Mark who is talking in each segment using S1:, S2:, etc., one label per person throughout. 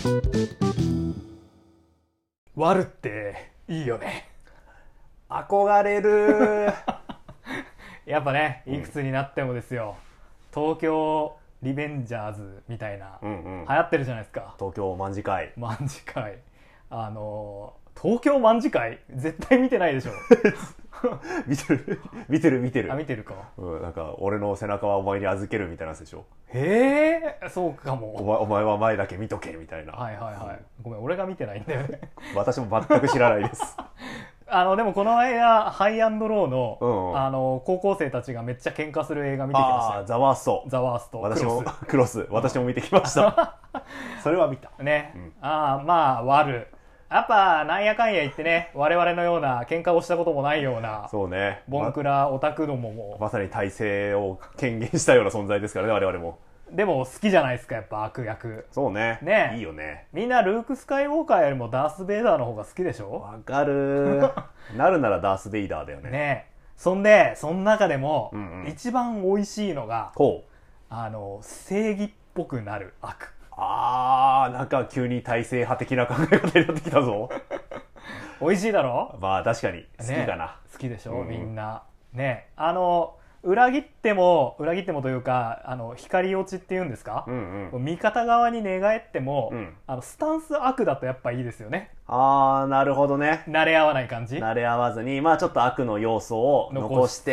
S1: ワルっていいよね。
S2: 憧れる
S1: やっぱね、いくつになってもですよ、東京リベンジャーズみたいな、流行ってるじゃないですか。
S2: 東京卍会。
S1: 卍会。東京卍会絶対見てないでしょ。
S2: 見てる見てる見てる。
S1: あ、見てるか。
S2: なんか俺の背中はお前に預けるみたいなやつでしょ。
S1: へえ、そうかも。
S2: お前は前だけ見とけみたいな。
S1: はいはいはい。ごめん、俺が見てないんだよね。
S2: 私も全く知らないです。
S1: でもこの間ハイアンドローの、高校生たちがめっちゃ喧嘩する映画見てきましたよ。
S2: ザワースト。
S1: ザワースト。
S2: 私もクロス。私も見てきました。それは見た。
S1: ね。まあ悪。やっぱなんやかんや言ってね、我々のような喧嘩をしたこともないような、
S2: そうね。
S1: ボンクラオタクどもも
S2: まさに体制を権限したような存在ですからね、我々も。
S1: でも好きじゃないですか、やっぱ悪役。
S2: そうね。
S1: ね。
S2: いいよね。
S1: みんなルーク・スカイウォーカーよりもダース・ベイダーの方が好きでしょ。
S2: わかるなるならダース・ベイダーだよね。
S1: ね。その中でも、一番美味しいのが、正義っぽくなる悪。
S2: なんか急に体制派的な考え方になってきたぞ。
S1: 美味しいだろ。
S2: まあ確かに好きかな。
S1: 好きでしょ、みんな。ね。裏切ってもというか、光落ちっていうんですか、味方側に寝返っても、スタンス悪だとやっぱいいですよね。
S2: なるほどね。
S1: 慣れ合わない感じ。
S2: 慣れ合わずに、まあちょっと悪の要素を残して、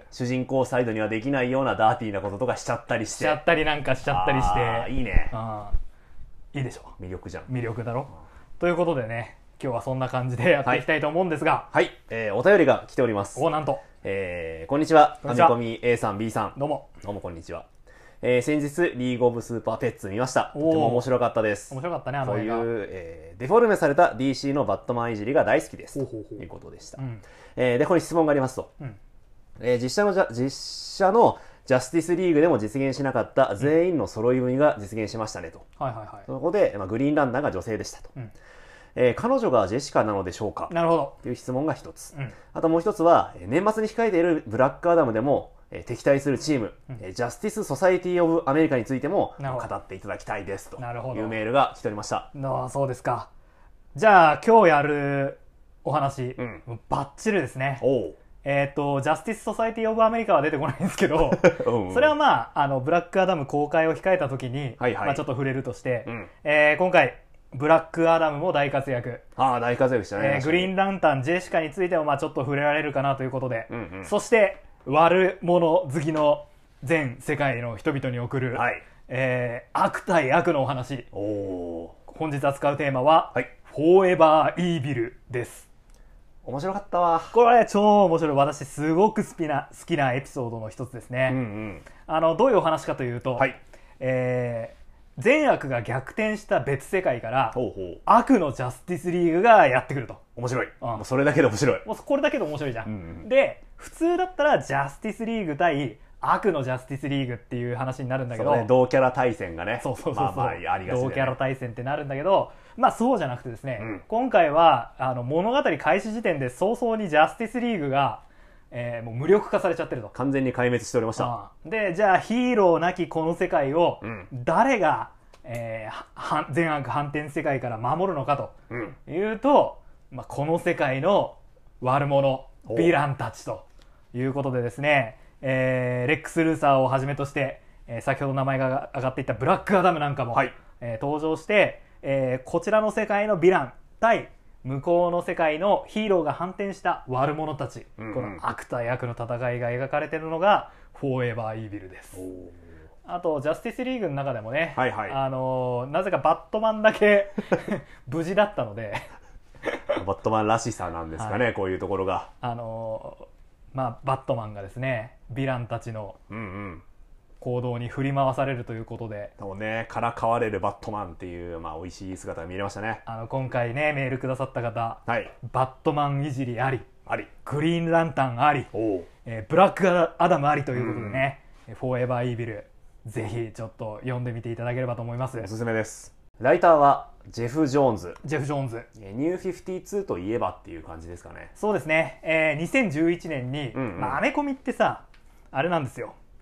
S2: 主人公サイドにはできないようなダーティーなこととかしちゃったりして。
S1: しちゃったりなんかしちゃったりして。
S2: いいね。
S1: いいでしょ。
S2: 魅力じゃん。
S1: 魅力だろ。ということでね、今日はそんな感じでやっていきたいと思うんですが。
S2: はい。お便りが来ております。
S1: なんと。
S2: こんにちは。アメコミ A さん B さん。
S1: どうも
S2: こんにちは。先日リーグオブスーパーペッツ見ました。とても面白かったです。
S1: 面白かったね、
S2: こういう、デフォルメされた DC のバットマンいじりが大好きです。ということでした。で、ここに質問がありますと。実写のジャスティスリーグでも実現しなかった全員の揃い踏みが実現しましたねと。そこで、グリーンランナーが女性でしたと。彼女がジェシカなのでしょうか。
S1: なるほど。
S2: という質問が一つ。あともう一つは、年末に控えているブラックアダムでも、敵対するチーム、ジャスティス・ソサイティ・オブ・アメリカについても語っていただきたいですというメールが来ておりました。
S1: そうですか。じゃあ今日やるお話、バッチリですね。ジャスティス・ソサイティ・オブ・アメリカは出てこないんですけど、それはまあ、ブラックアダム公開を控えた時に、ちょっと触れるとして、今回、ブラックアダムも大活躍。
S2: 大活躍したね。
S1: グリーンランタン、ジェシカについてもちょっと触れられるかなということで、そして悪者好きの全世界の人々に送る、悪対悪のお話。本日扱うテーマは、フォーエバーイービルです。
S2: 面白かったわ。
S1: これ超面白い。私すごく好きなエピソードの一つですね。どういうお話かというと、善悪が逆転した別世界から悪のジャスティスリーグがやってくると。
S2: 面白い。もうそれだけで面白い。
S1: もうこれだけで面白いじゃん。で、普通だったらジャスティスリーグ対悪のジャスティスリーグっていう話になるんだけど、
S2: 同キャラ対戦がね、
S1: 同キャラ対戦ってなるんだけど、そうじゃなくてですね、今回は物語開始時点で早々にジャスティスリーグがもう無力化されちゃってると。
S2: 完全に壊滅しておりました。
S1: で、じゃあヒーローなきこの世界を誰が、善悪反転世界から守るのかというと、この世界の悪者ヴィランたちということでですね、レックス・ルーサーをはじめとして、先ほど名前が挙がっていたブラックアダムなんかも、登場して、こちらの世界のヴィラン対向こうの世界のヒーローが反転した悪者たち、この悪対悪の戦いが描かれているのがフォーエバーイービルです。あとジャスティスリーグの中でもね、なぜかバットマンだけ無事だったので
S2: バットマンらしさなんですかね、こういうところが。
S1: バットマンがですね、ヴィランたちの行動に振り回されるということで、
S2: からかわれるバットマンっていう、美味しい姿が見れましたね。
S1: 今回ね、メールくださった方、バットマンいじりあり、グリーンランタンあり、ブラックアダムありということでね、フォーエバーイービル、ぜひちょっと読んでみていただければと思います。
S2: おすすめです。ライターはジェフ・ジョーンズ。
S1: ニュ
S2: ー52といえばっていう感じですかね。
S1: そうですね。2011年に、アメコミってさ、あれなんですよ。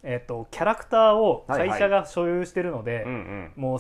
S1: キャラクターを会社が所有してるので、もう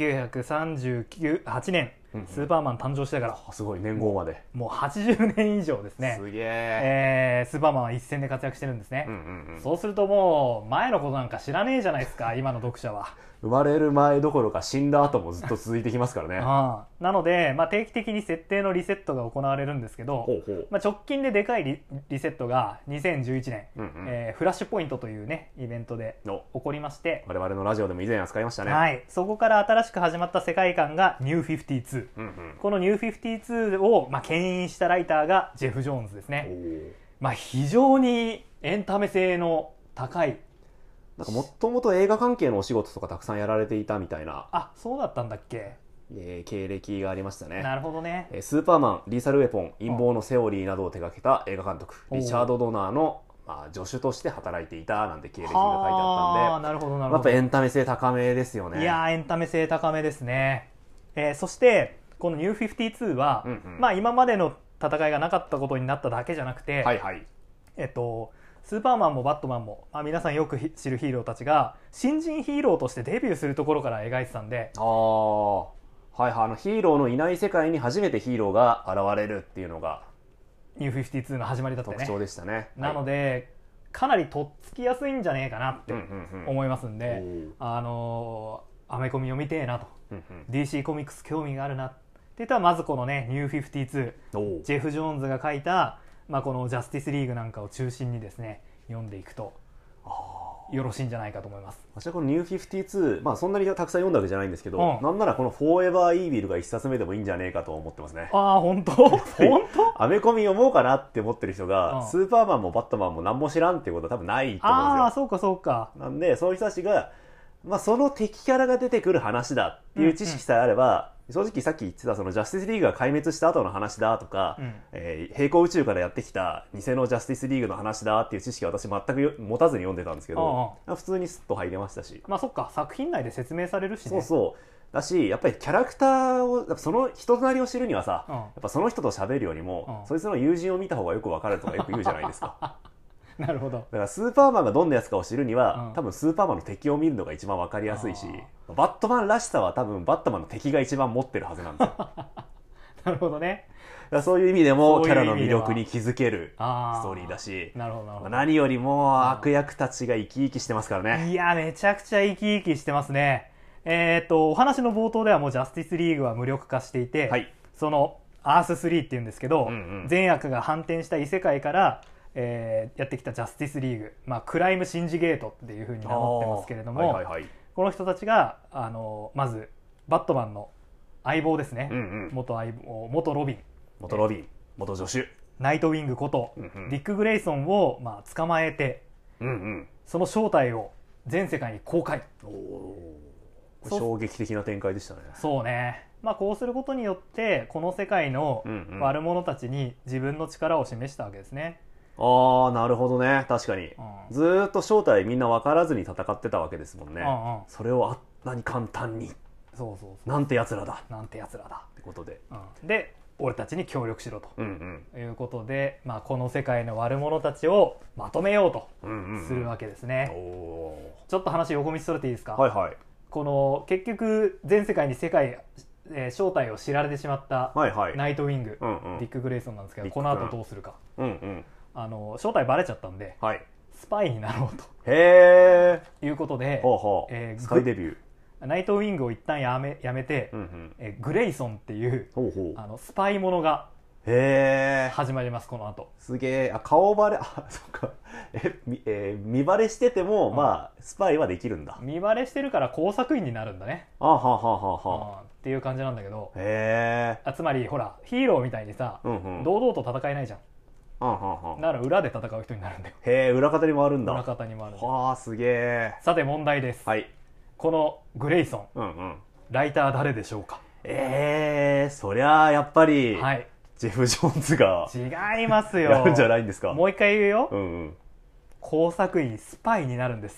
S1: 1938年スーパーマン誕生してから、
S2: すごい年号まで
S1: もう80年以上ですね。
S2: すげえ、
S1: スーパーマンは一戦で活躍してるんですね。そうするともう前のことなんか知らねえじゃないですか、今の読者は。
S2: 生まれる前どころか死んだ後もずっと続いてきますからね。
S1: なので、定期的に設定のリセットが行われるんですけど、直近ででかい リセットが2011年、フラッシュポイントというねイベントで起こりまして、
S2: 我々のラジオでも以前扱いましたね。
S1: はい、そこから新しく始まった世界観がニュー52、このニュー52を牽引したライターがジェフ・ジョーンズですね。非常にエンタメ性の高い、
S2: なんかもともと映画関係のお仕事とかたくさんやられていたみたいな。
S1: あ、そうだったんだっけ。
S2: 経歴がありましたね。
S1: なるほどね。
S2: スーパーマン、リーサルウェポン、陰謀のセオリーなどを手掛けた映画監督リチャード・ドナーの助手として働いていたなんて経歴が書いてあったんで、
S1: なるほどなるほど。
S2: やっぱエンタメ性高めですよね。
S1: いやエンタメ性高めですね。そしてこのニュー52は、今までの戦いがなかったことになっただけじゃなくて、スーパーマンもバットマンも、皆さんよく知るヒーローたちが新人ヒーローとしてデビューするところから描いてたんで、
S2: ヒーローのいない世界に初めてヒーローが現れるっていうのが
S1: ニュー52の始まりだったね。
S2: 特徴でしたね。
S1: なので、かなりとっつきやすいんじゃねえかなって思いますんで、アメコミを見てえなと、DC コミックス興味があるなって言ったら、まずこのねニュー52、ジェフ・ジョーンズが書いたこのジャスティスリーグなんかを中心にですね読んでいくとよろしいんじゃないかと思います。
S2: 私はこのニュー52、そんなにたくさん読んだわけじゃないんですけど、なんならこのフォーエバーイービルが一冊目でもいいんじゃねえかと思ってますね。
S1: 本当
S2: アメコミ読もうかなって思ってる人が、スーパーマンもバットマンも何も知らんっていうことは多分ないと思うんですよ。
S1: そうかそうか。
S2: なんでそういう人たちが、その敵キャラが出てくる話だっていう知識さえあれば、正直さっき言ってたそのジャスティスリーグが壊滅した後の話だとか、平行宇宙からやってきた偽のジャスティスリーグの話だっていう知識は私全く持たずに読んでたんですけど、普通にスッと入れましたし、
S1: そっか、作品内で説明されるしね。
S2: そうだし、やっぱりキャラクターを、その人となりを知るにはさ、やっぱその人と喋るよりも、そいつの友人を見た方がよく分かるとかよく言うじゃないですか。
S1: なるほど。
S2: だからスーパーマンがどんなやつかを知るには、多分スーパーマンの敵を見るのが一番分かりやすいし、バットマンらしさは多分バットマンの敵が一番持ってるはずなんですよ。
S1: なるほどね。
S2: そういう意味でもキャラの魅力に気づけるストーリーだし、何よりも悪役たちが生き生きしてますからね。
S1: いやめちゃくちゃ生き生きしてますね。お話の冒頭ではもうジャスティスリーグは無力化していて、そのアース3っていうんですけど、善悪が反転した異世界からやってきたジャスティスリーグ、クライムシンジゲートっていう風に名乗ってますけれども、この人たちがまずバットマンの相棒ですね、元ロビン、
S2: 元助手
S1: ナイトウィングことディック・グレイソンを捕まえて、その正体を全世界に公開。
S2: 衝撃的な展開でしたね。
S1: そうね。こうすることによってこの世界の悪者たちに自分の力を示したわけですね。
S2: なるほどね。確かに、ずーっと正体みんな分からずに戦ってたわけですもんね。それをあんなに簡単に、なんてやつらだってことで、で俺たちに協力しろということで、この世界の悪者たちをまとめようとするわけですね。ちょっと話横道それていいですか。この結局全世界に正体を知られてしまったナイトウィング、ディック・グレイソンなんですけど、この後どうするか。正体バレちゃったんで、スパイになろうということで、 スカイデビュー、
S1: ナイトウィングを一旦やめて、グレイソンっていうスパイものが始まります。この後
S2: すげえ。顔バレ、そうか。見バレしてても、スパイはできるんだ。
S1: 見バレしてるから工作員になるんだね。っていう感じなんだけど、つまりほらヒーローみたいにさ、堂々と戦えないじゃん。だから裏で戦う人になるんだよ。
S2: 裏方に回るんだ。
S1: 裏方に回る。
S2: すげえ。
S1: さて問題です。このグレイソン、ライター誰でしょうか。
S2: そりゃやっぱり、ジェフ・ジョーンズが
S1: 違いますよ。
S2: やるんじゃないんですか。
S1: もう一回言うよ。工作員、スパイになるんです。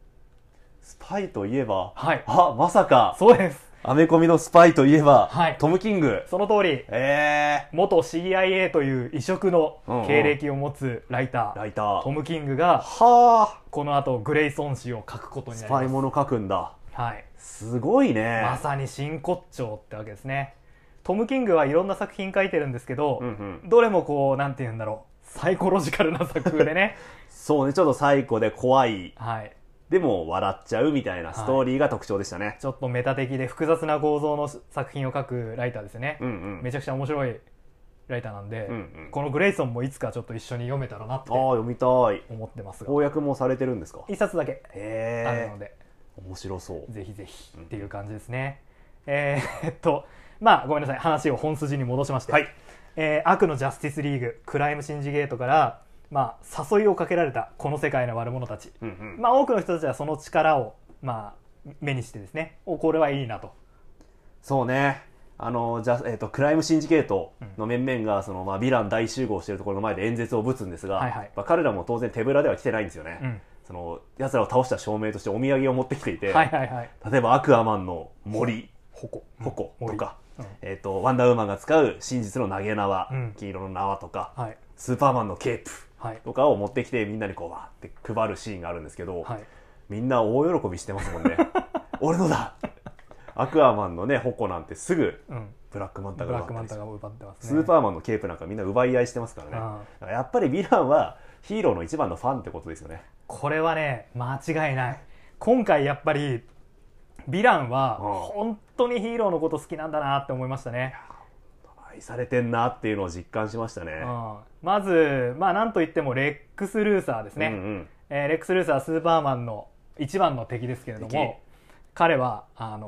S2: スパイになるの？スパイといえば、まさか。
S1: そうです。
S2: アメコミのスパイといえば、
S1: はい、
S2: トム・キング。
S1: その通り、元 CIA という異色の経歴を持つライター、トム・キングがこの後グレイソン誌を書くことになります。
S2: スパイもの書くんだ。
S1: はい、
S2: すごいね。
S1: まさに真骨頂ってわけですね。トム・キングはいろんな作品書いてるんですけど、どれもこうなんて言うんだろう、サイコロジカルな作風でね
S2: そうね、ちょっとサイコで怖い、
S1: はい、
S2: でも笑っちゃうみたいなストーリーが特徴でしたね。
S1: ちょっとメタ的で複雑な構造の作品を書くライターですよね。めちゃくちゃ面白いライターなんで、このグレイソンもいつかちょっと一緒に読めたらなって
S2: 読みたい
S1: 思ってますが、
S2: 翻訳もされてるんですか？
S1: 一冊だけあるので
S2: 面白そう。
S1: ぜひぜひっていう感じですね。まあごめんなさい、話を本筋に戻しまして、はい、悪のジャスティスリーグ、クライムシンジゲートから、まあ、誘いをかけられたこの世界の悪者たち、まあ、多くの人たちはその力を、まあ、目にしてですね、これはいいなと。
S2: そうね、クライムシンジゲートの面々がその、まあ、ヴィラン大集合しているところの前で演説をぶつんですが、まあ、彼らも当然手ぶらでは来てないんですよね。その奴らを倒した証明としてお土産を持ってきていて、例えばアクアマンの森、矛とか、ワンダーウーマンが使う真実の投げ縄、黄色の縄とか、スーパーマンのケープとかを持ってきてみんなにこうわーって配るシーンがあるんですけど、みんな大喜びしてますもんね俺のだアクアマンのね矛なんてすぐブラックマンタが奪ってます、スーパーマンのケープなんかみんな奪い合いしてますからね。だからやっぱりヴィランはヒーローの一番のファンってことですよね。
S1: これはね間違いない。今回やっぱりヴィランは本当にヒーローのこと好きなんだなって思いましたね。
S2: 愛されてんなっていうのを実感しましたね。
S1: まず、まあ、なんといってもレックス・ルーサーですね。レックス・ルーサーはスーパーマンの一番の敵ですけれども、彼は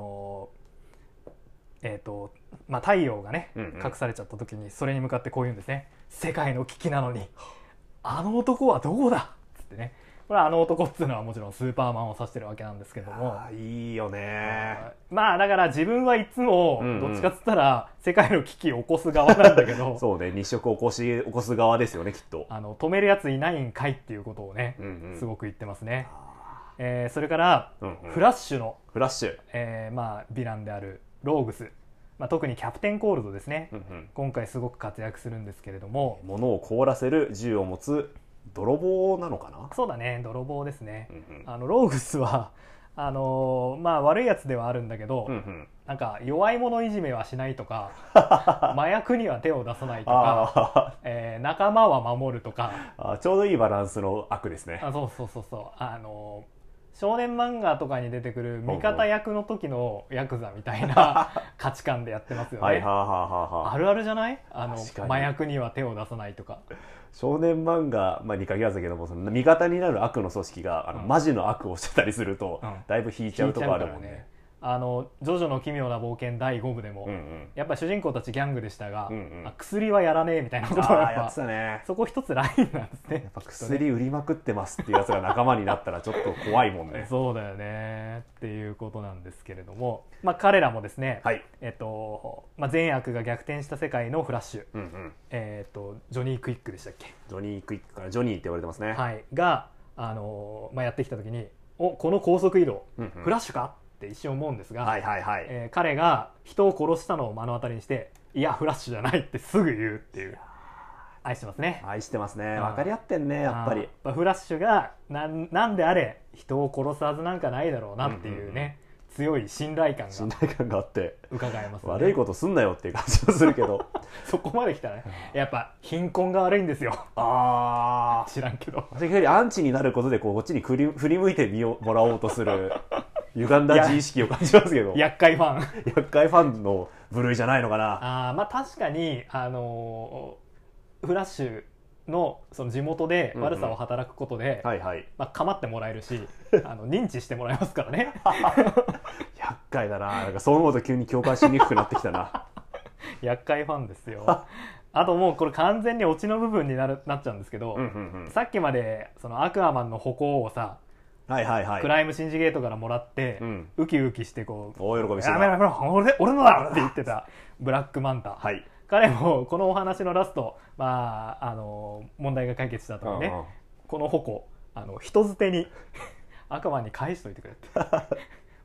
S1: まあ、太陽がね、隠されちゃった時にそれに向かってこう言うんですね。世界の危機なのにあの男はどこだっつってね。これはあの男っていうのはもちろんスーパーマンを指してるわけなんですけども、
S2: いいよね。
S1: まあだから自分はいつもどっちかっつったら世界の危機を起こす側なんだけど
S2: そうね、日食を起こす側ですよねきっと。
S1: 止めるやついないんかいっていうことをね、すごく言ってますね。それから、フラッシュ、まあ、ヴィランであるローグス、まあ、特にキャプテンコールドですね、今回すごく活躍するんですけれども、
S2: 物を凍らせる銃を持つ泥棒なのかな。
S1: そうだね、泥棒ですね。ローグスはまあ、悪いやつではあるんだけど、なんか弱い者いじめはしないとか麻薬には手を出さないとか仲間は守るとか
S2: ちょうどいいバランスの悪ですね。
S1: そう少年漫画とかに出てくる味方役の時のヤクザみたいな価値観でやってますよね。あるあるじゃない？麻薬には手を出さないとか。
S2: 少年漫画、まあ、に限らずだけども、その味方になる悪の組織がマジの悪をしてたりすると、だいぶ引いちゃうとこあるもんね。ジョジョの奇妙な冒険第5部でも、やっぱり主人公たちギャングでしたが、薬はやらねえみたいなことはやっぱそこ一つラインなんですね。 やっぱ薬売りまくってますっていうやつが仲間になったらちょっと怖いもんね。
S1: そうだよねっていうことなんですけれども、まあ、彼らもですね、まあ、善悪が逆転した世界のフラッシュ、ジョニー・クイックでしたっけ。
S2: ジョニー・クイックからジョニーって言われてますね。
S1: が、まあ、やってきた時にこの高速移動、フラッシュかって一瞬思うんですが、彼が人を殺したのを目の当たりにしていやフラッシュじゃないってすぐ言うっていう。愛してますね。
S2: 愛してますね。分かり合ってんねやっぱり。
S1: フラッシュがなんであれ人を殺すはずなんかないだろうなっていうね、強い信頼感
S2: があって
S1: 伺えますね。
S2: 悪いことすんなよっていう感じはするけど
S1: そこまで来たらね、やっぱ貧困が悪いんですよ。知らんけど
S2: 私よりアンチになることでこっちに振り向いてもらおうとすラ歪んだ自意識を感じますけど
S1: 厄介ファン
S2: の部類じゃないのかな。
S1: まあ確かにフラッシュのその地元で悪さを働くことで構ってもらえるし認知してもらえますからね
S2: 厄介だな。なんかそう思うと急に共感しにくくなってきたな
S1: 厄介ファンですよあともうこれ完全にオチの部分になっちゃうんですけど、さっきまでそのアクアマンの矛をさ、クライムシンジゲートからもらって、ウキウキしてこう
S2: 大喜びして
S1: やめろやめろ俺のだって言ってたブラックマンタ、彼もこのお話のラスト、まあ、問題が解決した後にね、この矛人づてにアクアマンに返しといてくれって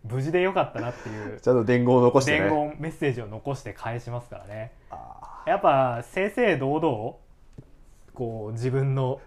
S1: 無事でよかったなっていう
S2: ちゃんと伝言を残してね、
S1: 伝言メッセージを残して返しますからね。やっぱ正々堂々こう自分の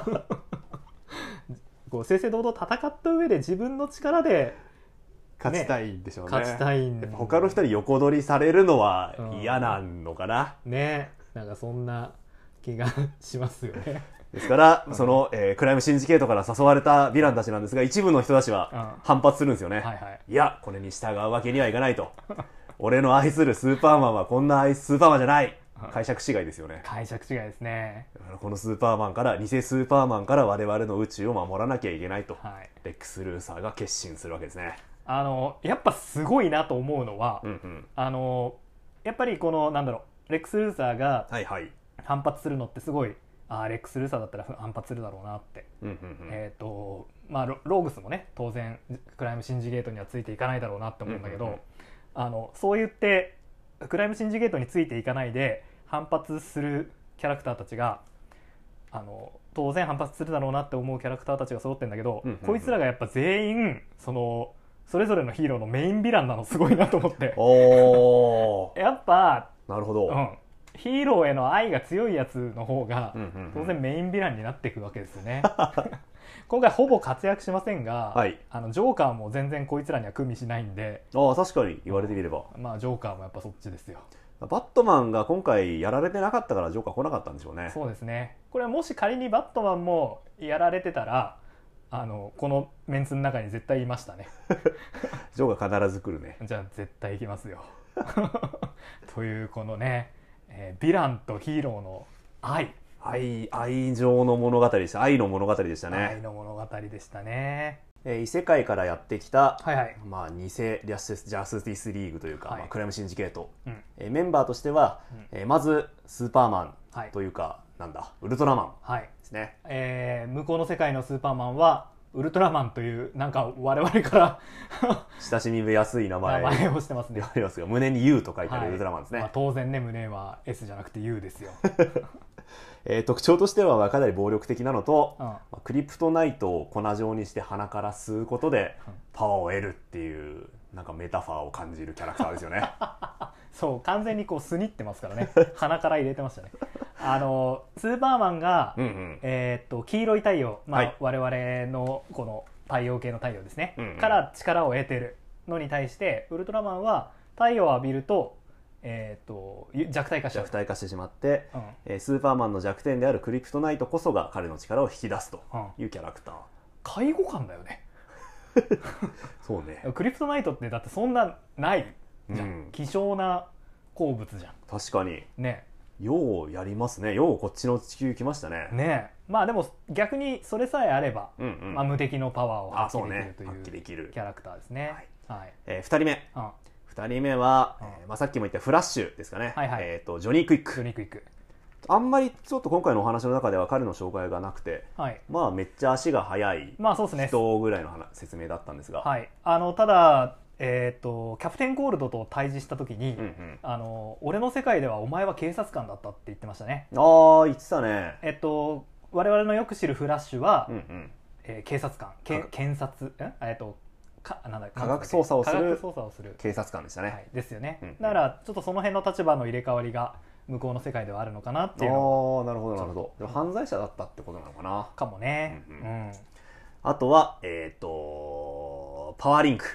S1: こう正々堂々戦った上で自分の力で
S2: 勝ちたいんでしょうね。
S1: 勝ちたいん
S2: やっぱ他の人に横取りされるのは嫌なのかな、
S1: ね。なんかそんな気がしますよね。
S2: ですから、その、クライムシンジケートから誘われたヴィランたちなんですが、一部の人たちは反発するんですよね。いや、これに従うわけにはいかないと。俺の愛するスーパーマンはこんなスーパーマンじゃない。解釈違いですよね。
S1: 解釈違いですね。
S2: このスーパーマンから、偽スーパーマンから我々の宇宙を守らなきゃいけないと、レックス・ルーサーが決心するわけですね。
S1: やっぱすごいなと思うのは、やっぱりこのなんだろう、レックス・ルーサーが反発するのってすごい、レックス・ルーサーだったら反発するだろうなって。まあローグスもね、当然クライムシンジゲートにはついていかないだろうなって思うんだけど、そう言ってクライムシンジゲートについていかないで反発するキャラクターたちが当然反発するだろうなって思うキャラクターたちが揃ってるんだけど、こいつらがやっぱ全員それぞれのヒーローのメインヴィランなのすごいなと思って。やっぱ
S2: なるほど、
S1: ヒーローへの愛が強いやつの方が当然メインヴィランになっていくわけですよね。今回ほぼ活躍しませんが、ジョーカーも全然こいつらには組みしないんで。
S2: 確かに言われてみれば、
S1: まあジョーカーもやっぱそっちですよ。
S2: バットマンが今回やられてなかったからジョーカー来なかったんでしょうね。
S1: そうですね。これはもし仮にバットマンもやられてたらこのメンツの中に絶対いましたね。
S2: ジョーカー必ず来るね。
S1: じゃあ絶対行きますよ。というこのね、ヴィランとヒーローの
S2: 愛情の物語でした。愛の物語でしたね。
S1: 愛の物語でしたね。
S2: 異世界からやってきた、まあ、偽ジャスティスリーグというか、クライムシンジケート、メンバーとしては、まずスーパーマンというか、なんだウルトラマンですね。
S1: 向こうの世界のスーパーマンはウルトラマンというなんか我々から
S2: 親しみやすい名前
S1: をしてますね。
S2: 胸に U と書いてあるウルトラマンですね。
S1: 当然ね、胸は S じゃなくて U ですよ。
S2: 特徴としてはかなり暴力的なのと、クリプトナイトを粉状にして鼻から吸うことでパワーを得るっていうなんかメタファーを感じるキャラクターですよね。
S1: そう完全にこうすにってますからね。鼻から入れてましたね。スーパーマンが、黄色い太陽、我々のこの太陽系の太陽ですね、から力を得てるのに対して、ウルトラマンは太陽を浴びると弱体化
S2: してしまって、スーパーマンの弱点であるクリプトナイトこそが彼の力を引き出すというキャラクター。
S1: 介護官だよね。
S2: そうね。
S1: クリプトナイトってだってそんなないじゃん、希少な鉱物じゃん。
S2: 確かに
S1: ね。
S2: ようやりますね。ようこっちの地球来ましたね。
S1: ね。まあでも逆にそれさえあれば、無敵のパワーを発揮できるというキャラクターですね。
S2: 2人目。2人目は、さっきも言ったフラッシュですかね。ジョニー・クイック。あんまりちょっと今回のお話の中では彼の紹介がなくて、まあめっちゃ足が速い人ぐらいの説明だったんですが、
S1: ただキャプテンゴールドと対峙した時に、俺の世界ではお前は警察官だったって言ってましたね。
S2: 言ってたね。
S1: 我々のよく知るフラッシュは、警察官、検察、
S2: 科学捜査をする警察官でしたね。
S1: ですよね。だからちょっとその辺の立場の入れ替わりが向こうの世界ではあるのかなっていうの
S2: なるほどなるほど。犯罪者だったってことなのかな。
S1: かもね。
S2: あとはパワーリング。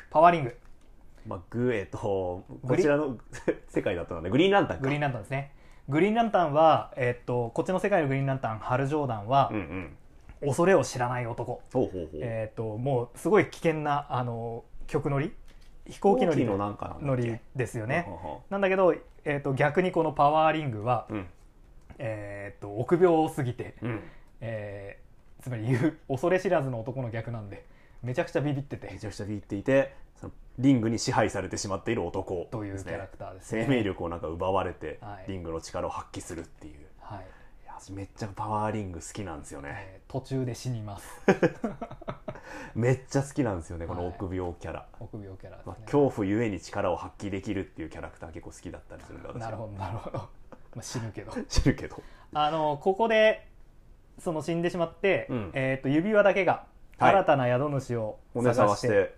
S2: こちらの世界だったのでグリーンランタン
S1: ですね。グリーンランタンはこっちの世界のグリーンランタンハル・ジョーダンは恐れを知らない男。もうすごい危険な曲乗り、飛行機乗りですよね。なんだけど逆にこのパワーリングは臆病すぎて、つまり恐れ知らずの男の逆なんでめちゃくちゃビビっていて、
S2: そのリングに支配されてしまっている男
S1: というキャラクターですね。
S2: 生命力をなんか奪われてリングの力を発揮するっていう。めっちゃパワーリング好きなんですよね。
S1: 途中で死にます。
S2: めっちゃ好きなんですよね、この臆病キャラ。恐怖ゆえに力を発揮できるっていうキャラクター結構好きだったりするんだ。
S1: なるほど。死ぬけどここでその死んでしまって、指輪だけが新たな宿主を探して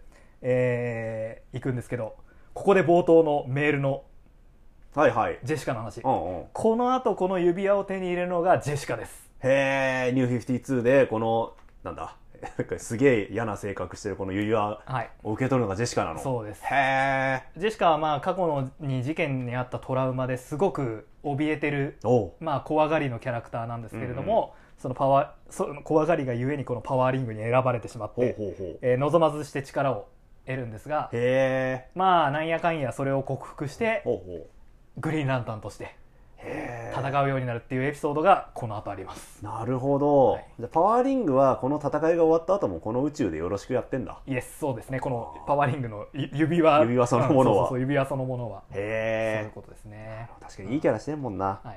S1: 行くんですけど、ここで冒頭のメールの
S2: はいはい。
S1: ジェシカの話、
S2: うんうん、
S1: この後この指輪を手に入れるのがジェシカです。
S2: へえ、ニュー52でこのなんだすげえ嫌な性格してるこの指輪を受け取るのがジェシカなの。
S1: そうです。
S2: へえ。
S1: ジェシカはまあ過去のに事件にあったトラウマですごく怯えてる、まあ怖がりのキャラクターなんですけれども、その怖がりがゆえにこのパワーリングに選ばれてしまって、望まずして力を得るんですが、まあなんやかんやそれを克服してグリーンランタンとして戦うようになるっていうエピソードがこの後あります。
S2: なるほど、はい、じゃパワーリングはこの戦いが終わった後もこの宇宙でよろしくやってんだ。
S1: イエス、そうですね。このパワーリングの指輪
S2: そのものは、
S1: そう指輪そのものは
S2: へえ、
S1: そういうことですね。
S2: 確かにいいキャラしてんもんな、
S1: はい、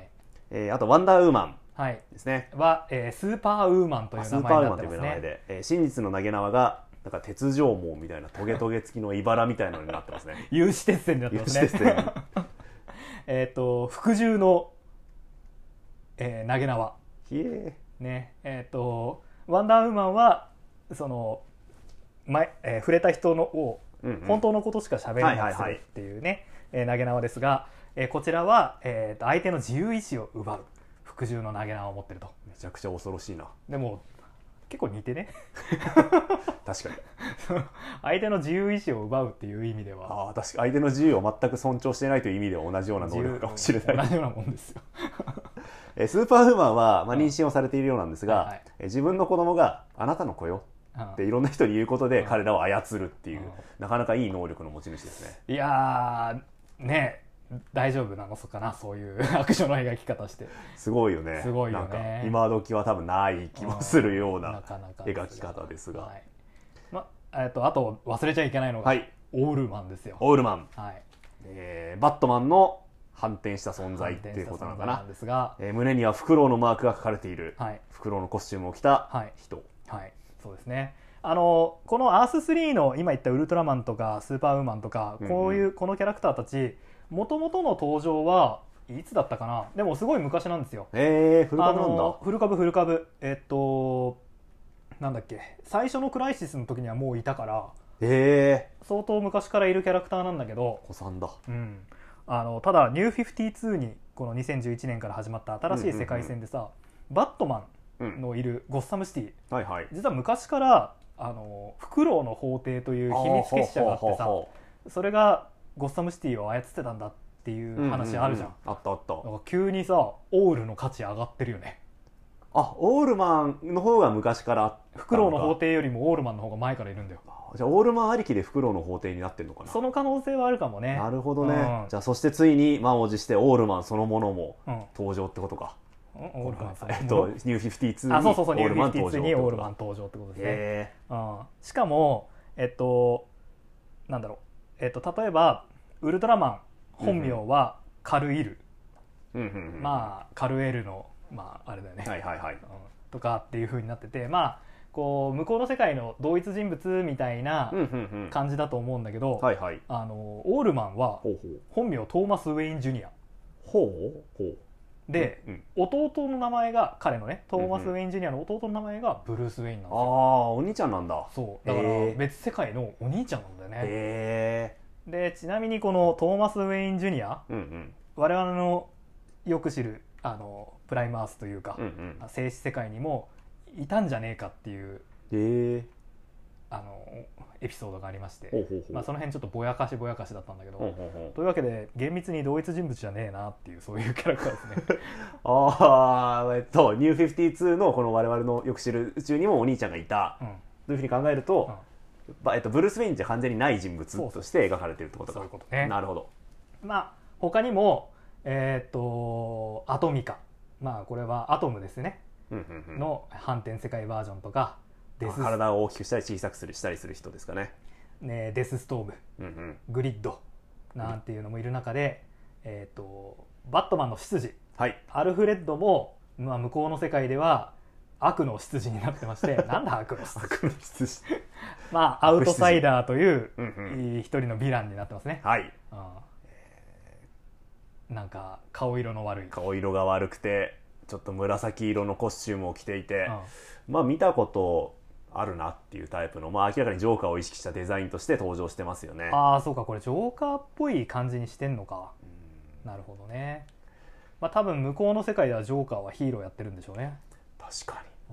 S2: あとワンダーウーマンですね、
S1: は、スーパーウーマンという名前になってますね。スーパーウーマンという名前で、真実の投げ縄がなんか鉄条網みたいなトゲトゲ付きの茨みたいなのになってますね。 有刺鉄線になってますね。服従の、投げ縄ね。ワンダーウーマンはその触れた人のを本当のことしか喋れなくするっていうね、投げ縄ですが、こちらは、相手の自由意志を奪う服従の投げ縄を持ってると。
S2: めちゃくちゃ恐ろしいな。
S1: でも結構似てね。
S2: 確かに
S1: 相手の自由意志を奪うっていう意味では、
S2: 確かに相手の自由を全く尊重していないという意味では同じような能力かもしれない。
S1: 同じようなもんですよ。
S2: スーパーウーマンは、まあ、妊娠をされているようなんですが、自分の子供があなたの子よっていろんな人に言うことで彼らを操るっていう、なかなかいい能力の持ち主ですね。
S1: いやーね、大丈夫なのかな、そういうアクションの描き方して。
S2: すごいよね。
S1: すごいよね。
S2: なんか今時は多分ない気もするような描き方ですが、
S1: あと忘れちゃいけないのが、オールマンですよ。
S2: オールマン、バットマンの反転した存在っていうことなのかな。
S1: ですが、
S2: 胸にはフクロウのマークが書かれている、フクロウのコスチュームを着た人、
S1: そうですね。このアース3の今言ったウルトラマンとかスーパーウーマンとか、このキャラクターたちもともとの登場はいつだったかな。でもすごい昔なんですよ。
S2: フル株なんだ。
S1: フル株なんだっけ、最初のクライシスの時にはもういたから、相当昔からいるキャラクターなんだけど、
S2: 子さんだ。
S1: ただニュー52にこの2011年から始まった新しい世界線でさ、バットマンのいるゴッサムシティ、実は昔からフクロウの法廷という秘密結社があってさ、それがゴッサムシティを操ってたんだっていう話あるじゃん。
S2: あったあった。
S1: 急にさオールの価値上がってるよね。
S2: オールマンの方が昔からあったのか。
S1: フクロウの法廷よりもオールマンの方が前からいるんだよ。
S2: じゃあオールマンありきでフクロウの法廷になってるのかな。
S1: その可能性はあるかもね。
S2: なるほどね。じゃあそしてついに満を持してオールマンそのものも登場ってことか。
S1: オールマン
S2: ニュー52にオールマン登場。
S1: ニュー52にオールマン登場ってことですね。しかもなんだろう、例えばウルトラマン本名はカルイル、まあカルエルのまああれだよね、とかっていう風になってて、まあこう向こうの世界の同一人物みたいな感じだと思うんだけど、オールマンは本名トーマス・ウェイン・ジュニアで、弟の名前が彼のね、トーマス・ウェイン・ジュニアの弟の名前がブルース・ウェインなんですよ。
S2: お兄ちゃんなんだ。
S1: そうだから別世界のお兄ちゃんなんだよね。でちなみにこのトーマス・ウェイン・ジュニア、我々のよく知るプライムアースというか、静止世界にもいたんじゃねえかっていうエピソードがありまして、まあその辺ちょっとぼやかしだったんだけど、というわけで厳密に同一人物じゃねえなっていう、そういうキャラクターですね。
S2: ニュー52のこの我々のよく知る宇宙にもお兄ちゃんがいたというふうに考えると、ブルース・ウェインじゃ完全にない人物として描かれているってことか。
S1: そういうことね。
S2: なるほど。
S1: まあ他にもアトミカ、まあこれはアトムですねの反転世界バージョンとか、
S2: 体を大きくしたり小さくしたりする人ですかね。
S1: デスストーム、グリッドなんていうのもいる中で、バットマンの執事、アルフレッドも、まあ、向こうの世界では悪の執事になってまして、なんだ悪の執事まあアウトサイダーという一人のヴィランになってますね。なんか顔色の悪い、
S2: 顔色が悪くてちょっと紫色のコスチュームを着ていて、まあ見たことあるなっていうタイプの、まあ、明らかにジョーカーを意識したデザインとして登場してますよね。
S1: ああそうか、これジョーカーっぽい感じにしてんのか。なるほどね。まあ多分向こうの世界ではジョーカーはヒーローやってるんでしょうね。
S2: 確かに、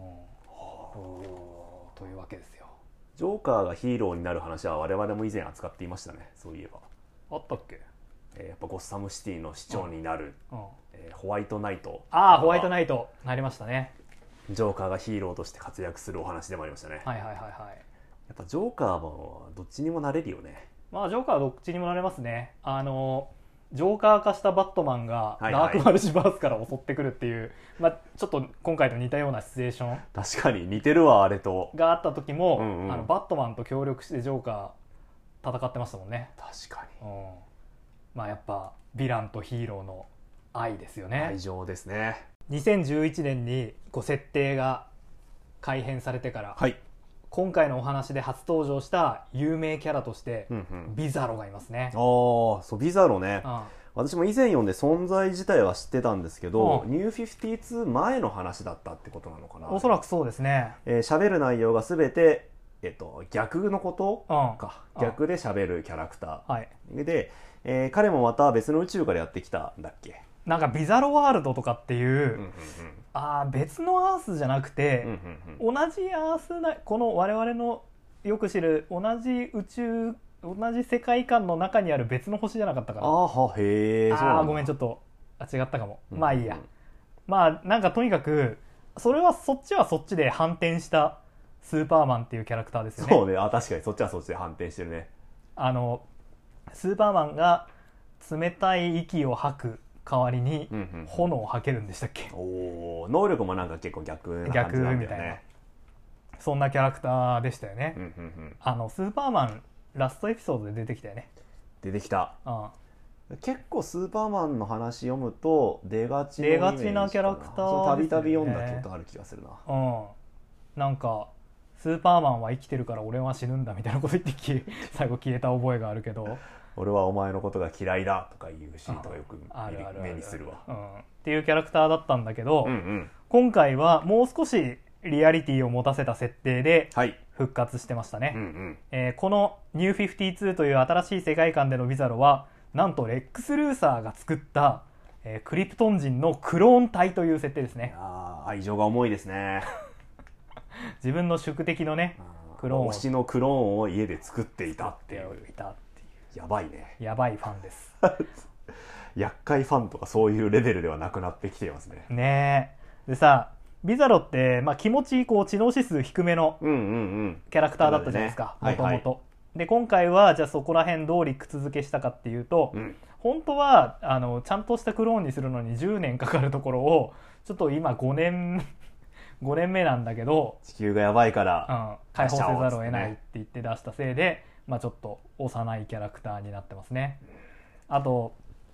S1: というわけですよ。
S2: ジョーカーがヒーローになる話は我々も以前扱っていましたね。そういえば
S1: あったっけ。
S2: やっぱゴッサムシティの市長になる、ホワイトナイト。
S1: ホワイトナイトなりましたね。
S2: ジョーカーがヒーローとして活躍するお話でもありましたね。
S1: はいはいはいはい。
S2: やっぱジョーカーもどっちにもなれるよね。
S1: まあジョーカーはどっちにもなれますね。ジョーカー化したバットマンが
S2: はいはい
S1: ダークマルチバースから襲ってくるっていう、まあ、ちょっと今回と似たようなシチュエーション
S2: 確かに似てるわ、あれと。
S1: があった時も、バットマンと協力してジョーカー戦ってましたもんね。
S2: 確かに、
S1: まあやっぱヴィランとヒーローの愛ですよね。
S2: 愛情ですね。
S1: 2011年に設定が改編されてから、
S2: はい、
S1: 今回のお話で初登場した有名キャラとして、ビザロがいますね。
S2: そうビザロね、私も以前読んで存在自体は知ってたんですけど、ニュー52前の話だったってことなのかな。
S1: おそらくそうですね。
S2: 喋る内容が全て、逆のことか、逆で喋るキャラクター、で、彼もまた別の宇宙からやってきたんだっけ。
S1: なんかビザロワールドとかっていう、別のアースじゃなくて、同じアースな、この我々のよく知る同じ宇宙、同じ世界観の中にある別の星じゃなかったかな。
S2: へえ。
S1: ごめん、ちょっと違ったかも。まあいいや。まあなんかとにかくそっちはそっちで反転したスーパーマンっていうキャラクターですよね。
S2: そうね。確かにそっちはそっちで反転してるね。
S1: スーパーマンが冷たい息を吐く代わりに炎を吐けるんでしたっけ。
S2: 能力もなんか結構逆な感じなんだよね。
S1: みたいな、そんなキャラクターでしたよね。スーパーマンラストエピソードで出てきたよね。
S2: 出てきた。結構スーパーマンの話読むと出がちなキャラクター、たびたび読んだことある気がするな。
S1: なんかスーパーマンは生きてるから俺は死ぬんだみたいなこと言って最後消えた覚えがあるけど、
S2: 俺はお前のことが嫌いだとかいうシーンとかよく目にするわ。
S1: っていうキャラクターだったんだけど、今回はもう少しリアリティを持たせた設定で復活してましたね。このニュー52という新しい世界観でのビザロはなんとレックス・ルーサーが作った、クリプトン人のクローン体という設定ですね。
S2: 愛情が重いですね。
S1: 自分の宿敵のね
S2: クローン、推しのクローンを家で作っていたっていう。やばいね。
S1: やばいファンです。
S2: 厄介ファンとかそういうレベルではなくなってきていますね。
S1: ねえ。でさ、ビザロって、気持ちこう知能指数低めのキャラクターだったじゃないですか、もともと。で今回はじゃあそこら辺どう理屈付けしたかっていうと、本当はちゃんとしたクローンにするのに10年かかるところをちょっと今5年目なんだけど、
S2: 地球がやばいから、
S1: 解放せざるを得ないって言って出したせいで、ちょっと幼いキャラクターになってますね。あと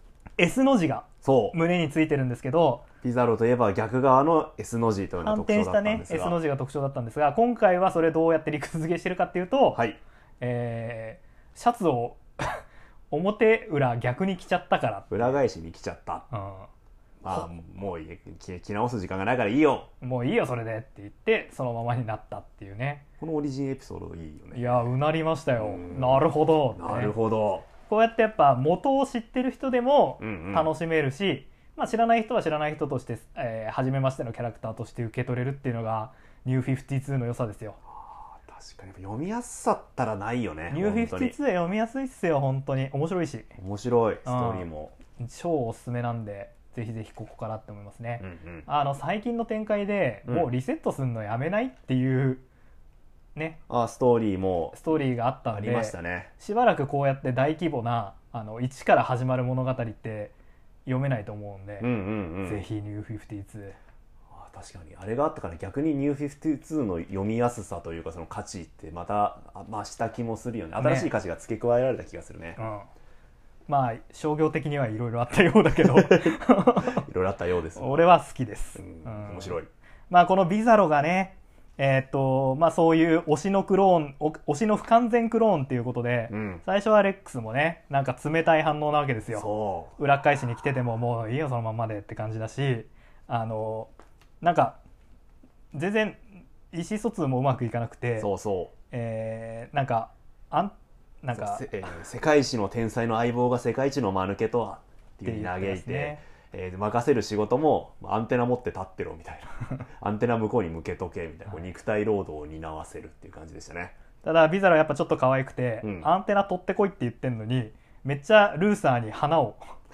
S1: S の字が胸についてるんですけど、
S2: ビザロといえば逆側の S の字というのが特徴だったんですが、
S1: S の字が特徴だったんですが、今回はそれどうやって理屈付けしてるかっていうと、シャツを表裏逆に着ちゃったから、
S2: 裏返しに着ちゃった、もう着直す時間がないからいいよ、
S1: もういいよそれでって言ってそのままになったっていうね。
S2: このオリジンエピソードいいよね。
S1: いやうなりましたよ。なるほど、
S2: なるほど。
S1: こうやってやっぱ元を知ってる人でも楽しめるし、知らない人は知らない人として、初めましてのキャラクターとして受け取れるっていうのがニュー52の良さですよ。
S2: 確かに読みやすさったらないよね。
S1: ニュー52は読みやすいっすよ。本当に面白いし、
S2: 面白いストーリーも
S1: 超おすすめなんで、ぜひぜひここからって思いますね。最近の展開でもうリセットするのやめないっていうね、
S2: ストーリーが
S1: あったんで、
S2: ありましたね。
S1: しばらくこうやって大規模な一から始まる物語って読めないと思うんで、ぜひニュー52。
S2: 確かにあれがあったから逆にニュー52の読みやすさというかその価値ってまた増した気もするよね。新しい価値が付け加えられた気がするね。
S1: 商業的にはいろいろあったようだけどい
S2: ろいろあったようです。
S1: 俺は好きです。
S2: 面白い。
S1: このビザロがね、そういう推しのクローン、推しの不完全クローンっていうことで、最初はレックスもねなんか冷たい反応なわけですよ。裏返しに来ててももういいよそのままでって感じだし、なんか全然意思疎通もうまくいかなくて、
S2: そうそう、
S1: なんか
S2: 世界一の天才の相棒が世界一の間抜けとはっていうふうに嘆いて、任せる仕事もアンテナ持って立ってろみたいなアンテナ向こうに向けとけみたいな、肉体労働を担わせるっていう感じでしたね。
S1: ただビザロはやっぱちょっと可愛くて、アンテナ取ってこいって言ってんのにめっちゃルーサーに花を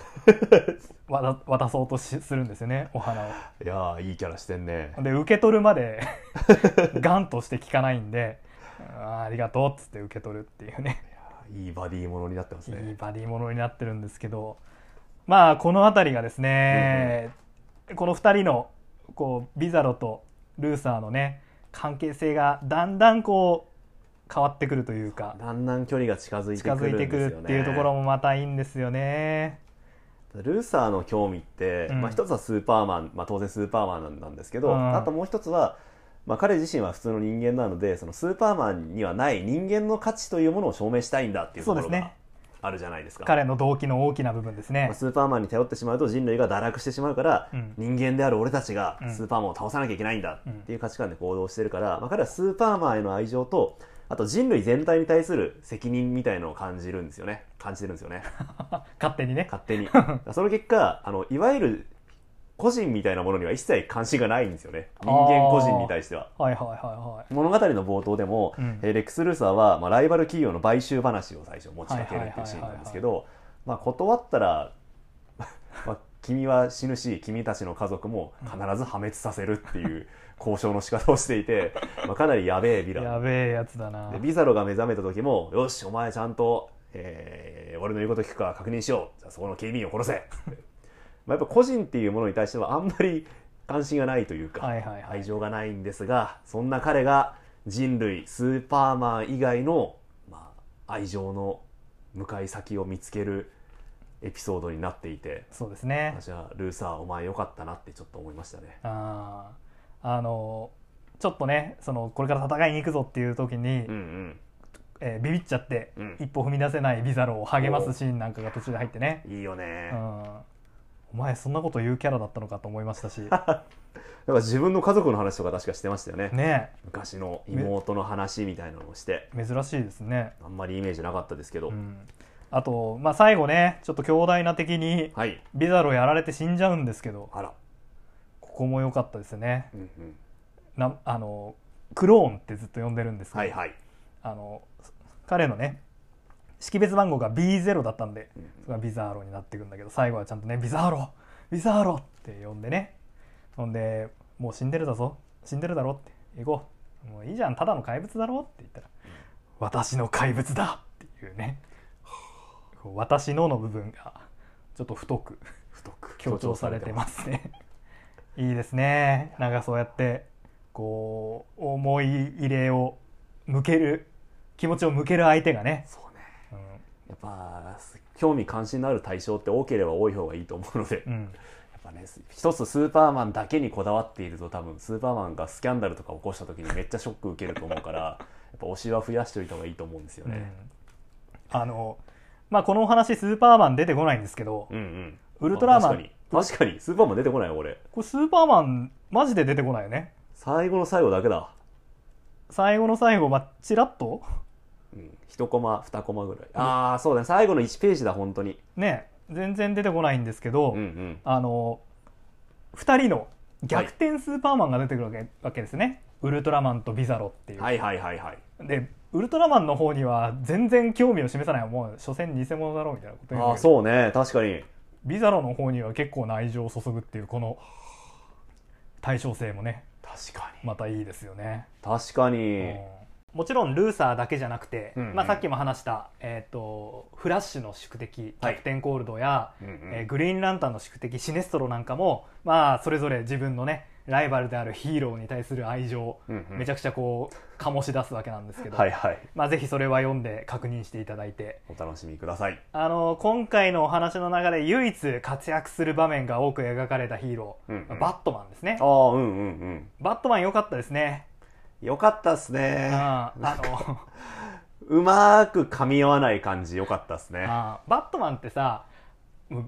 S1: 渡そうとするんですよね、お花を。
S2: いやー、いいキャラしてんね。
S1: で受け取るまでガンとして聞かないんで、ありがとうっつって受け取るっていうね。
S2: いいバディものになってますね。
S1: いいバディものになってるんですけど、まあこの辺りがですね、この2人のこうビザロとルーサーのね関係性がだんだんこう変わってくるというか、
S2: だんだん距離が近づいてくるんですよね。
S1: 近づいてくるっていうところもまたいいんですよね。
S2: ルーサーの興味って、一つはスーパーマン、当然スーパーマンなんですけど、あともう一つは、彼自身は普通の人間なので、そのスーパーマンにはない人間の価値というものを証明したいんだっていうところがあるじゃないですか。
S1: 彼の動機の大きな部分ですね。
S2: スーパーマンに頼ってしまうと人類が堕落してしまうから、人間である俺たちがスーパーマンを倒さなきゃいけないんだっていう価値観で行動してるから、彼はスーパーマンへの愛情と、あと人類全体に対する責任みたいのを感じてるんですよね。
S1: 勝手にね。
S2: 勝手に。その結果、いわゆる個人みたいなものには一切関心がないんですよね。人間個人に対しては。物語の冒頭でも、レックス・ルーサーは、ライバル企業の買収話を最初持ちかけるっていうシーンなんですけど、断ったら、君は死ぬし、君たちの家族も必ず破滅させるっていう交渉の仕方をしていて、かなりやべえヴィラン。
S1: やべえやつだな。
S2: でビザロが目覚めた時も、よしお前ちゃんと、俺の言うこと聞くか確認しよう、じゃあそこの警備員を殺せやっぱ個人っていうものに対してはあんまり関心がないというか、愛情がないんですが、そんな彼が人類スーパーマン以外の、愛情の向かい先を見つけるエピソードになっていて、
S1: そうですね。
S2: 私はルーサーお前よかったなってちょっと思いましたね。
S1: ちょっとね、これから戦いに行くぞっていう時に、ビビっちゃって、一歩踏み出せないビザロを励ますシーンなんかが途中で入ってね、
S2: いいよね。
S1: お前そんなこと言うキャラだったのかと思いましたし
S2: だから自分の家族の話とか確かしてましたよね。
S1: ね、
S2: 昔の妹の話みたいなのをして。
S1: 珍しいですね。
S2: あんまりイメージなかったですけど、
S1: あと、最後ね、ちょっと強大な敵にビザロやられて死んじゃうんですけど、ここも良かったですよね。クローンってずっと呼んでるんですけど、彼のね識別番号が B0 だったんで、それがビザーロになっていくんだけど、最後はちゃんとねビザーロって呼んでね、ほんでもう死んでるだろって行こう、もういいじゃん、ただの怪物だろって言ったら、私の怪物だっていうね、私の部分がちょっと太く強調されてますねいいですね。なんかそうやってこう思い入れを向ける、気持ちを向ける相手がね、
S2: やっぱ興味関心のある対象って多ければ多い方がいいと思うので、やっぱね、一つスーパーマンだけにこだわっていると、多分スーパーマンがスキャンダルとか起こした時にめっちゃショック受けると思うからやっぱ推しは増やしておいた方がいいと思うんですよね。
S1: このお話スーパーマン出てこないんですけど、ウルトラマン、
S2: 確かにスーパーマン出てこないよ。これ
S1: スーパーマンマジで出てこないよね。
S2: 最後の最後だけだ。
S1: 最後の最後、チラッと、
S2: 1コマ2コマぐらい。そうだね、最後の1ページだ本当に
S1: ね。全然出てこないんですけど、2人の逆転スーパーマンが出てくるわけですね、ウルトラマンとビザロっていう。でウルトラマンの方には全然興味を示さない、もう所詮偽物だろうみたいなこと言うんだけど、
S2: そうね、確かに
S1: ビザロの方には結構な愛情を注ぐっていう、この対称性もね、
S2: 確かに
S1: またいいですよね。
S2: 確かに、
S1: もちろんルーサーだけじゃなくて、さっきも話した、フラッシュの宿敵キャプテンコールドや、グリーンランタンの宿敵シネストロなんかも、それぞれ自分のねライバルであるヒーローに対する愛情をめちゃくちゃこう醸し出すわけなんですけど、ぜひそれは読んで確認していただいて
S2: お楽しみください。
S1: 今回のお話の中で唯一活躍する場面が多く描かれたヒーロー、バットマンですね。バットマン良かったですね。
S2: 良かったっすね。うまく噛み合わない感じ良かったっすね。
S1: バットマンってさ、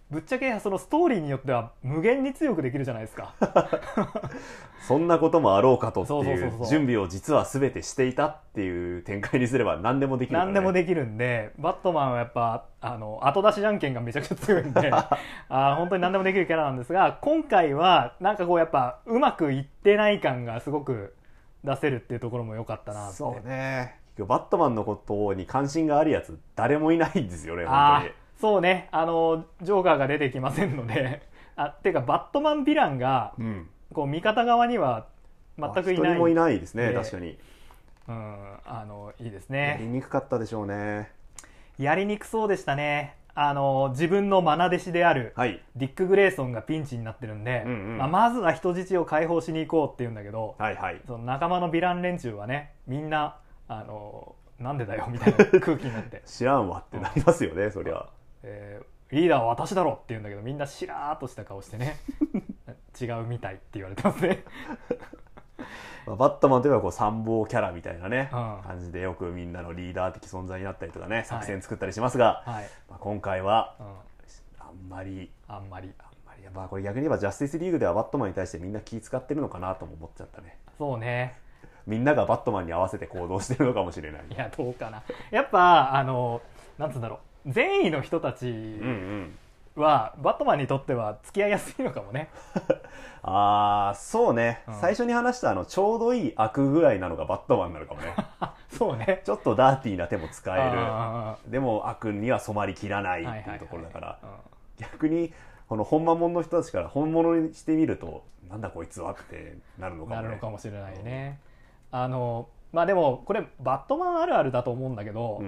S1: ぶっちゃけそのストーリーによっては無限に強くできるじゃないですか。
S2: そんなこともあろうかとっていう準備を実は全てしていたっていう展開にすれば何でもできるから、ね、
S1: 何でもできるんで、バットマンはやっぱ後出しじゃんけんがめちゃくちゃ強いんで本当に何でもできるキャラなんですが、今回はなんかこうやっぱうまくいってない感がすごく出せるっていうところも良かったなって。
S2: そうね、バットマンのことに関心があるやつ誰もいないんですよね、本当に。
S1: そうね、ジョーカーが出てきませんのでっていうかバットマンヴィランが、こう味方側には全くいない。
S2: 一人もいないですね、確かに。
S1: いいですね。
S2: やりにくかったでしょうね。
S1: やりにくそうでしたね。自分の愛弟子であるディック・グレイソンがピンチになってるんで、まずは人質を解放しに行こうっていうんだけど、その仲間のヴィラン連中はね、みんななんでだよみたいな空気になって
S2: 知らんわってなりますよね、そりゃ。
S1: リーダーは私だろって言うんだけど、みんなしらーっとした顔してね違うみたいって言われてますね
S2: バットマンといえばこう参謀キャラみたいなね、感じでよくみんなのリーダー的存在になったりとかね、作戦作ったりしますが、今回はあんまりまあこれ逆に言えばジャスティスリーグではバットマンに対してみんな気使ってるのかなとも思っちゃったね。
S1: そうね、
S2: みんながバットマンに合わせて行動してるのかもしれない。
S1: いやどうかな、やっぱなんつうんだろう、善意の人たちはバットマンにとっては付き合いやすいのかもね
S2: そうね、最初に話したちょうどいい悪ぐらいなのがバットマンなのかもね
S1: そうね、
S2: ちょっとダーティーな手も使える、でも悪には染まりきらないっていうところだから、逆にこの本間もんの人たちから本物にしてみるとなんだこいつはってなるのかもね。
S1: なるのかもしれないね。まあでもこれバットマンあるあるだと思うんだけど、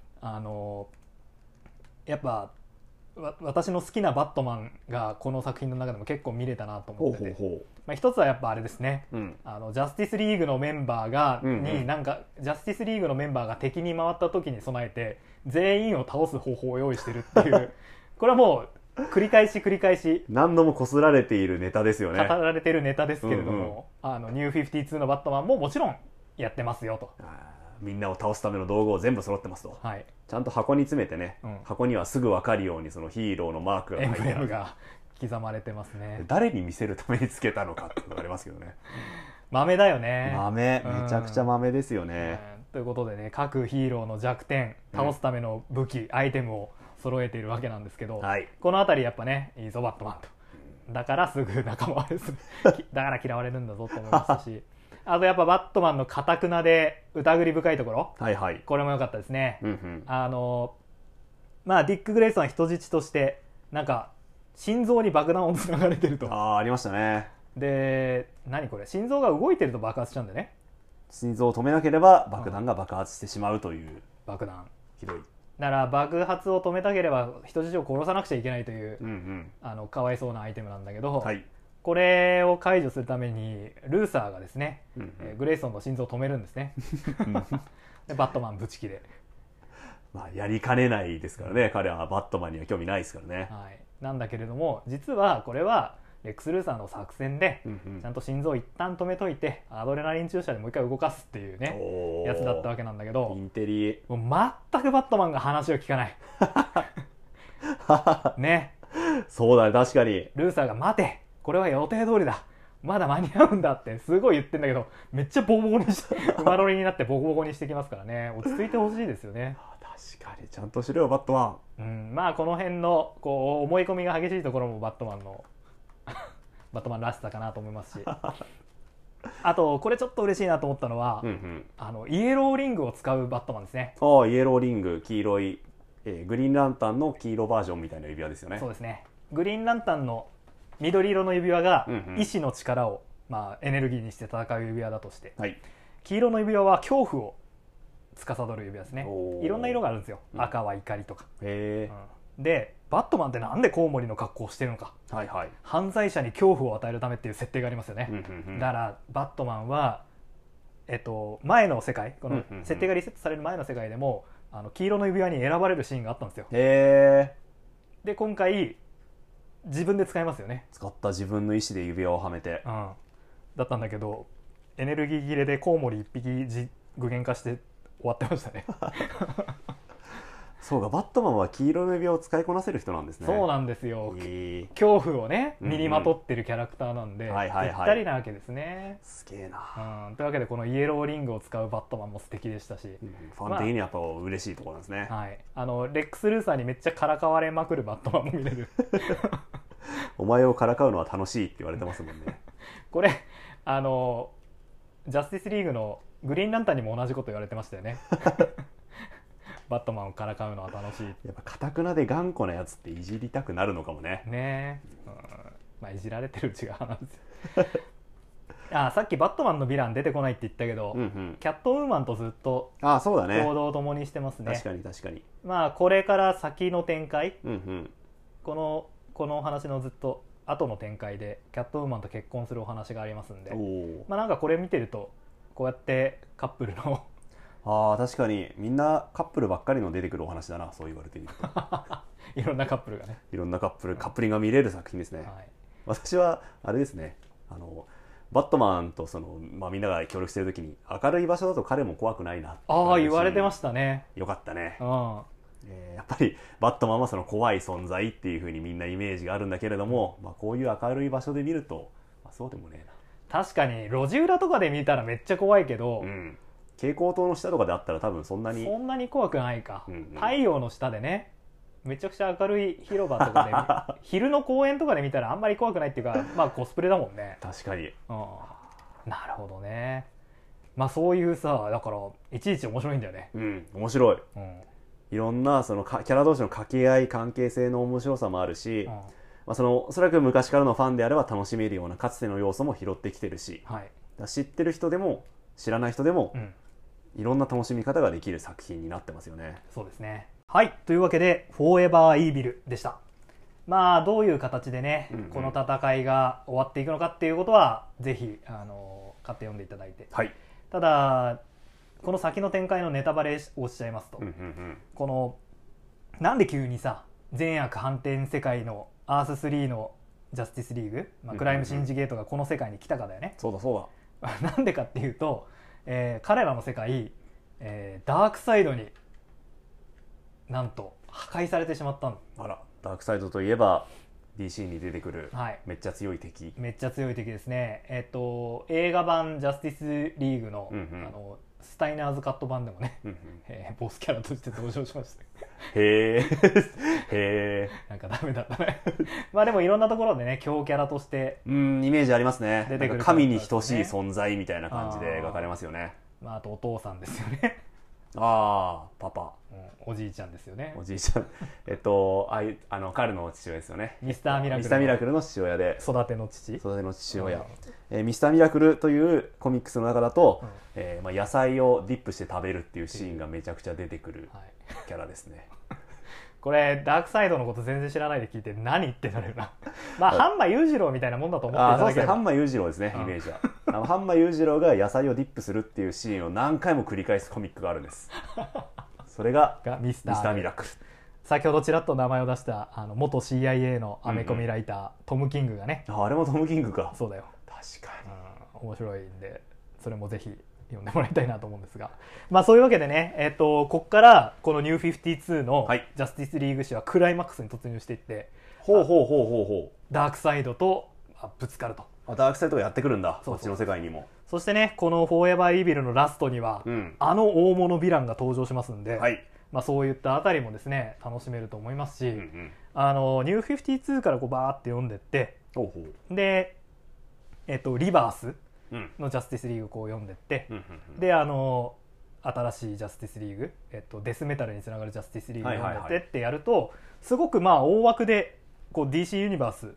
S1: やっぱ私の好きなバットマンがこの作品の中でも結構見れたなと思ってて、一つはやっぱあれですね、ジャスティスリーグのメンバーがなんかジャスティスリーグのメンバーが敵に回った時に備えて全員を倒す方法を用意してるっていうこれはもう繰り返し
S2: 何度もこすられているネタですよね。
S1: 語られているネタですけれども、ニュー52のバットマンももちろんやってますよと。
S2: みんなを倒すための道具を全部揃ってますと、ちゃんと箱に詰めてね、箱にはすぐ分かるようにそのヒーローのマークが
S1: エンブレムが刻まれてますね。
S2: 誰に見せるためにつけたのかってのがありますけどね
S1: 豆だよね。
S2: めちゃくちゃ豆ですよね、
S1: ということでね、各ヒーローの弱点倒すための武器、アイテムを揃えているわけなんですけど、この辺りやっぱね、いいぞバットマンと、だからすぐ仲間割れするだから嫌われるんだぞと思いましたしあとやっぱバットマンの堅くなで疑り深いところ、これも良かったですね。まあディック・グレイソンは人質としてなんか心臓に爆弾をつながれてると。
S2: ありましたね。
S1: で何これ、心臓が動いてると爆発しちゃうんだよね。
S2: 心臓を止めなければ爆弾が爆発してしまうという、
S1: 爆弾
S2: ひどい。
S1: だから爆発を止めたければ人質を殺さなくちゃいけないという、かわいそうなアイテムなんだけど、これを解除するためにルーサーがですね、グレイソンの心臓を止めるんですねでバットマンぶち切れ、
S2: やりかねないですからね、彼はバットマンには興味ないですからね。
S1: なんだけれども実はこれはレックス・ルーサーの作戦で、ちゃんと心臓を一旦止めといてアドレナリン注射でもう一回動かすっていうねやつだったわけなんだけど、
S2: インテリ、
S1: もう全くバットマンが話を聞かないね。
S2: そうだね、確かに
S1: ルーサーが待て、これは予定通りだ、まだ間に合うんだってすごい言ってんだけど、めっちゃボコボコにして馬乗りになってボコボコにしてきますからね。落ち着いてほしいですよね。
S2: 確かにちゃんとしろよバットマ
S1: ン。まあこの辺のこう思い込みが激しいところもバットマンのバットマンらしさかなと思いますしあとこれちょっと嬉しいなと思ったのは、イエローリングを使うバットマンですね。
S2: イエローリング、黄色い、グリーンランタンの黄色バージョンみたいな指輪ですよね。
S1: そうですね。グリーンランタンの緑色の指輪が意志の力を、エネルギーにして戦う指輪だとして、黄色の指輪は恐怖を司る指輪ですね。いろんな色があるんですよ。赤は怒りとか。でバットマンってなんでコウモリの格好をしてるのか、犯罪者に恐怖を与えるためっていう設定がありますよね。だからバットマンは、前の世界、この設定がリセットされる前の世界でも黄色の指輪に選ばれるシーンがあったんですよ。で今回自分で使いますよね。
S2: 使った、自分の意思で指輪をはめて、
S1: だったんだけどエネルギー切れでコウモリ1匹具現化して終わってましたね
S2: そうか、バットマンは黄色の指輪を使いこなせる人なんですね。
S1: そうなんですよ、恐怖をね身にまとってるキャラクターなんで、ぴったりなわけですね。
S2: すげえな、
S1: というわけでこのイエローリングを使うバットマンも素敵でしたし、
S2: ファン的にやっぱ嬉しいところなんですね。
S1: はい、レックス・ルーサーにめっちゃからかわれまくるバットマンも見れる
S2: お前をからかうのは楽しいって言われてますもんね
S1: これジャスティスリーグのグリーンランタンにも同じこと言われてましたよねバットマンをからかうのは楽しい。
S2: やっぱ堅くなで頑固なやつっていじりたくなるのかもね。
S1: ねえ、まあいじられてるうちが話ですよさっきバットマンのヴィラン出てこないって言ったけど、キャットウーマンとずっと行動を共にしてますね。
S2: 確かに確かに。ま
S1: あこれから先の展開、このお話のずっと後の展開でキャットウーマンと結婚するお話がありますんで、まあなんかこれ見てるとこうやってカップルの
S2: 確かにみんなカップルばっかりの出てくるお話だな、そう言われてみると
S1: いろんなカップルがね、
S2: いろんなカップリングが見れる作品ですね。私はあれですね、バットマンとみんなが協力してる時に明るい場所だと彼も怖くないなって
S1: 言われてましたね。
S2: よかったね。やっぱりバットマンはその怖い存在っていう風にみんなイメージがあるんだけれども、こういう明るい場所で見ると、そうでもねえ
S1: な。確かに路地裏とかで見たらめっちゃ怖いけど、
S2: 蛍光灯の下とかであったら多分そんなに
S1: 怖くないか、太陽の下でねめちゃくちゃ明るい広場とかで昼の公園とかで見たらあんまり怖くないっていうか、コスプレだもんね。
S2: 確かに、
S1: なるほどね。そういうさ、だからいちいち面白いんだよね。
S2: 面白い、いろんなそのキャラ同士の掛け合い関係性の面白さもあるし、おそらく昔からのファンであれば楽しめるようなかつての要素も拾ってきてるし、知ってる人でも知らない人でも、いろんな楽しみ方ができる作品になってますよね。
S1: そうですね。はい、というわけで「フォーエバー・イービル」でした。どういう形でね、この戦いが終わっていくのかっていうことはぜひ買って読んでいただいて、ただこの先の展開のネタバレをしちゃいますと、このなんで急にさ善悪反転世界のアース3のジャスティスリーグ、クライムシンジゲートがこの世界に来たかだよね。
S2: そうだ
S1: なんでかっていうと、彼らの世界、ダークサイドになんと破壊されてしまったんだ。
S2: ダークサイドといえば DC に出てくるめっちゃ強い敵、
S1: めっちゃ強い敵ですね。映画版ジャスティスリーグの、スタイナーズカット版でもね、ボスキャラとして登場しました
S2: へえ
S1: なんかダメだったねでもいろんなところでね強キャラとして
S2: イメージありますね。出てくる神に等しい存在みたいな感じで描かれますよね。
S1: あとお父さんですよね
S2: パパ、
S1: おじいちゃんですよね。
S2: おじいちゃん彼の父親ですよね。
S1: ミスターミ
S2: ラクルの父親で、
S1: 育ての父
S2: 親、ミスターミラクルというコミックスの中だと、野菜をディップして食べるっていうシーンがめちゃくちゃ出てくるキャラですね
S1: これダークサイドのこと全然知らないで聞いて何ってなるなハンマ裕次郎みたいなもんだと思っていただければ。
S2: そうですね、ハンマ裕次郎ですね、イメージはハンマ裕次郎が野菜をディップするっていうシーンを何回も繰り返すコミックがあるんですそれがミスターミラクル。
S1: 先ほどちらっと名前を出した元 CIA のアメコミライター、トム・キングがね。
S2: あれもトム・キングか。
S1: そうだよ。
S2: 確か
S1: に、面白いんでそれもぜひ読んでもらいたいなと思うんですが、そういうわけでね、ここからこのニュー52のジャスティスリーグ誌はクライマックスに突入していって、ダークサイドとぶつかると。
S2: ダークサイドがやってくるんだ、そっちの世界にも。
S1: そしてね、この「フォーエバー・イービル」のラストには、大物ヴィランが登場しますんで、そういったあたりもですね楽しめると思いますし、ニュー52からバーって読んでって、で、リバースのジャスティスリーグを読んでって、で新しいジャスティスリーグ、デスメタルにつながるジャスティスリーグを読んでってってやると、すごく大枠でDC ユニバース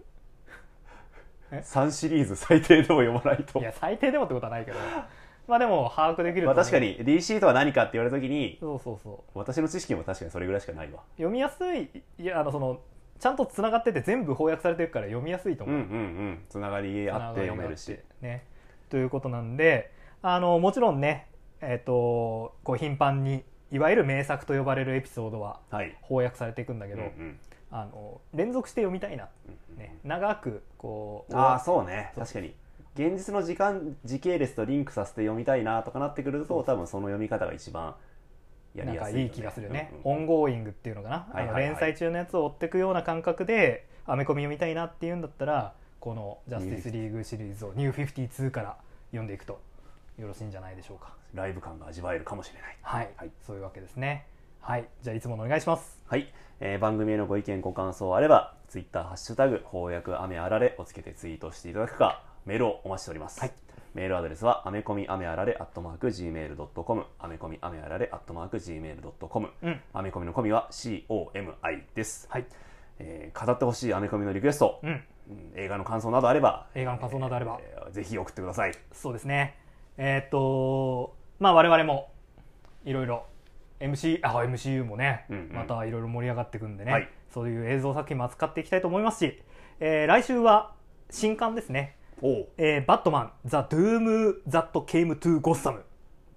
S2: 3シリーズ最低でも読まないと。
S1: いや最低でもってことはないけどでも把握できると、
S2: 確かに DC とは何かって言われた時に、
S1: そう
S2: 私の知識も確かにそれぐらいしかないわ。
S1: 読みやすい。いやちゃんとつながってて全部翻訳されてるから読みやすいと思う。
S2: つながりあって読めるし
S1: ね。ということなんで、もちろんね、頻繁にいわゆる名作と呼ばれるエピソードは翻訳されていくんだけど、連続して読みたいな、長く
S2: そうね、確かに現実の時系列とリンクさせて読みたいなとかなってくると、多分その読み方が一番
S1: なんかいい気がするね。オンゴーイングっていうのかな、連載中のやつを追っていくような感覚でアメコミを見たいなっていうんだったら、このジャスティスリーグシリーズをニュー52から読んでいくとよろしいんじゃないでしょうか。
S2: ライブ感が味わえるかもしれない。
S1: はい、そういうわけですね。はい、じゃあいつものお願いします。
S2: はい、番組へのご意見ご感想あればツイッターハッシュタグ翻訳雨あられをつけてツイートしていただくか、メールをお待ちしております。はい、メールアドレスはアメコミアメあられ@gmail.com、アメコミアメあられ@gmail.com、アメコミのコミは COMI です。はい、語ってほしいアメコミのリクエスト、映画の感想などあれば、ぜひ送ってください。
S1: そうですね。まあ我々もいろいろMCU もね、またいろいろ盛り上がっていくんでね、そういう映像作品も扱っていきたいと思いますし、来週は新刊ですね。バットマンザ・ドゥーム・ザット・ケイム・トゥ・ゴッサム。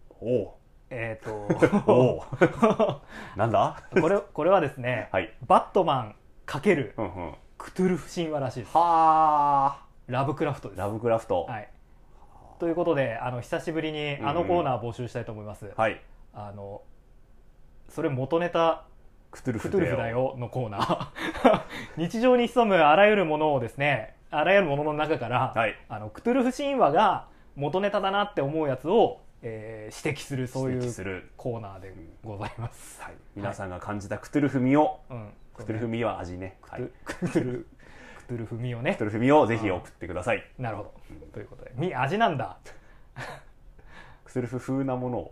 S2: なんだ
S1: これはですね、バットマン×クトゥルフ神話らしいです。ラブクラフトです。
S2: ラブクラフト。
S1: はい。ということで、久しぶりにあのコーナー募集したいと思います。はい。それ元ネタクトゥルフだよのコーナー。日常に潜むあらゆるものをですね、あらゆるものの中から、クトゥルフ神話が元ネタだなって思うやつを、指摘する、そういうコーナーでございます。
S2: 皆さんが感じたクトゥルフ味を、クトゥルフ味は味ね。
S1: クトゥルフ味をね。
S2: クトゥルフ味をぜひ送ってください。
S1: なるほど。ということで、味なんだ。
S2: クトゥルフ風なものを。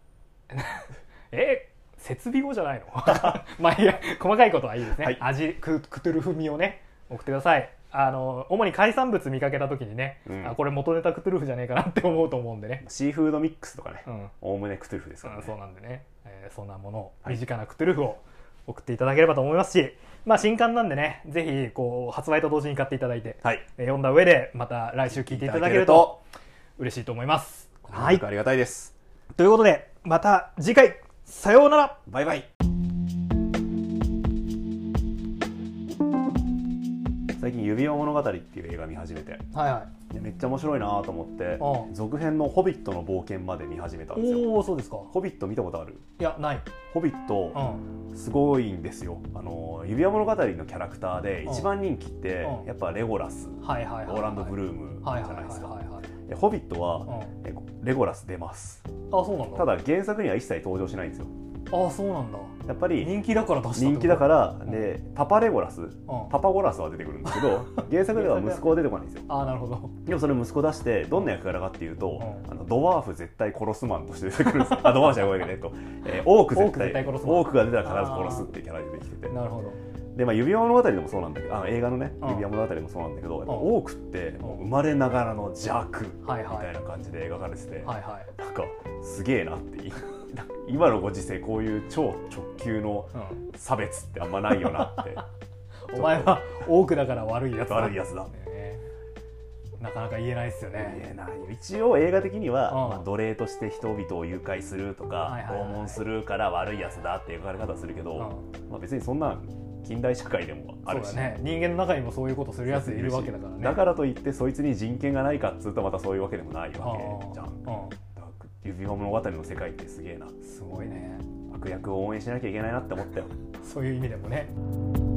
S1: 設備語じゃないの？まあいや、細かいことはいいですね。クトゥルフ味をね、送ってください。主に海産物見かけた時にね、これ元ネタクトゥルフじゃねえかなって思うと思うんでね。
S2: シーフードミックスとかね、おおむねクトゥルフですからね。
S1: そうなんでね、そんなものを、身近なクトゥルフを送っていただければと思いますし、まあ新刊なんでね、ぜひこう発売と同時に買っていただいて、読んだ上でまた来週聞いていただけると嬉しいと思います。
S2: はい、ありがたいです。
S1: ということで、また次回、さようなら。
S2: バイバイ。最近指輪物語っていう映画見始めて、めっちゃ面白いなと思って、続編のホビットの冒険まで見始めたんですよ。
S1: そうですか。
S2: ホビット見たことある？
S1: いや、ない。
S2: ホビット、すごいんですよ。指輪物語のキャラクターで一番人気ってやっぱレゴラス、オーランド・ブルームじゃないですか。ホビットはレゴラス出ます。
S1: そうなんだ。
S2: ただ原作には一切登場しないんですよ。
S1: そうなんだ。
S2: やっぱり
S1: 人気だから出した。
S2: 人気だからで、パパレゴラス、パパゴラスは出てくるんですけど、原作では息子は出てこないんですよ。
S1: なるほど。
S2: でもそれ息子出してどんな役柄かっていうと、ドワーフ絶対殺すマンとして出てくるんですよ。ドワーフじゃないけど、オーク絶対殺すマン。オークが出たら必ず殺すっていうキャラで出てきてて。
S1: なるほど。
S2: で、指輪物語でもそうなんだけど、映画のね、指輪物語でもそうなんだけど、やっぱオークって生まれながらの邪悪みたいな感じで描かれてて、なんかすげえなっていう。今のご時世こういう超直球の差別ってあんまないよなって
S1: お前は多くだから悪いやつだ、なかなか言えないですよね。
S2: 言えない。一応映画的には、奴隷として人々を誘拐するとか拷問するから悪いやつだって描かれ方するけど、別にそんな近代社会でもあるし、
S1: 人間の中にもそういうことするやついるわけだからね。
S2: だからといってそいつに人権がないかっつうとまたそういうわけでもないわけじゃん。指輪物語の世界ってすげえな。
S1: すごいね。
S2: 悪役を応援しなきゃいけないなって思ったよ。
S1: そういう意味でもね。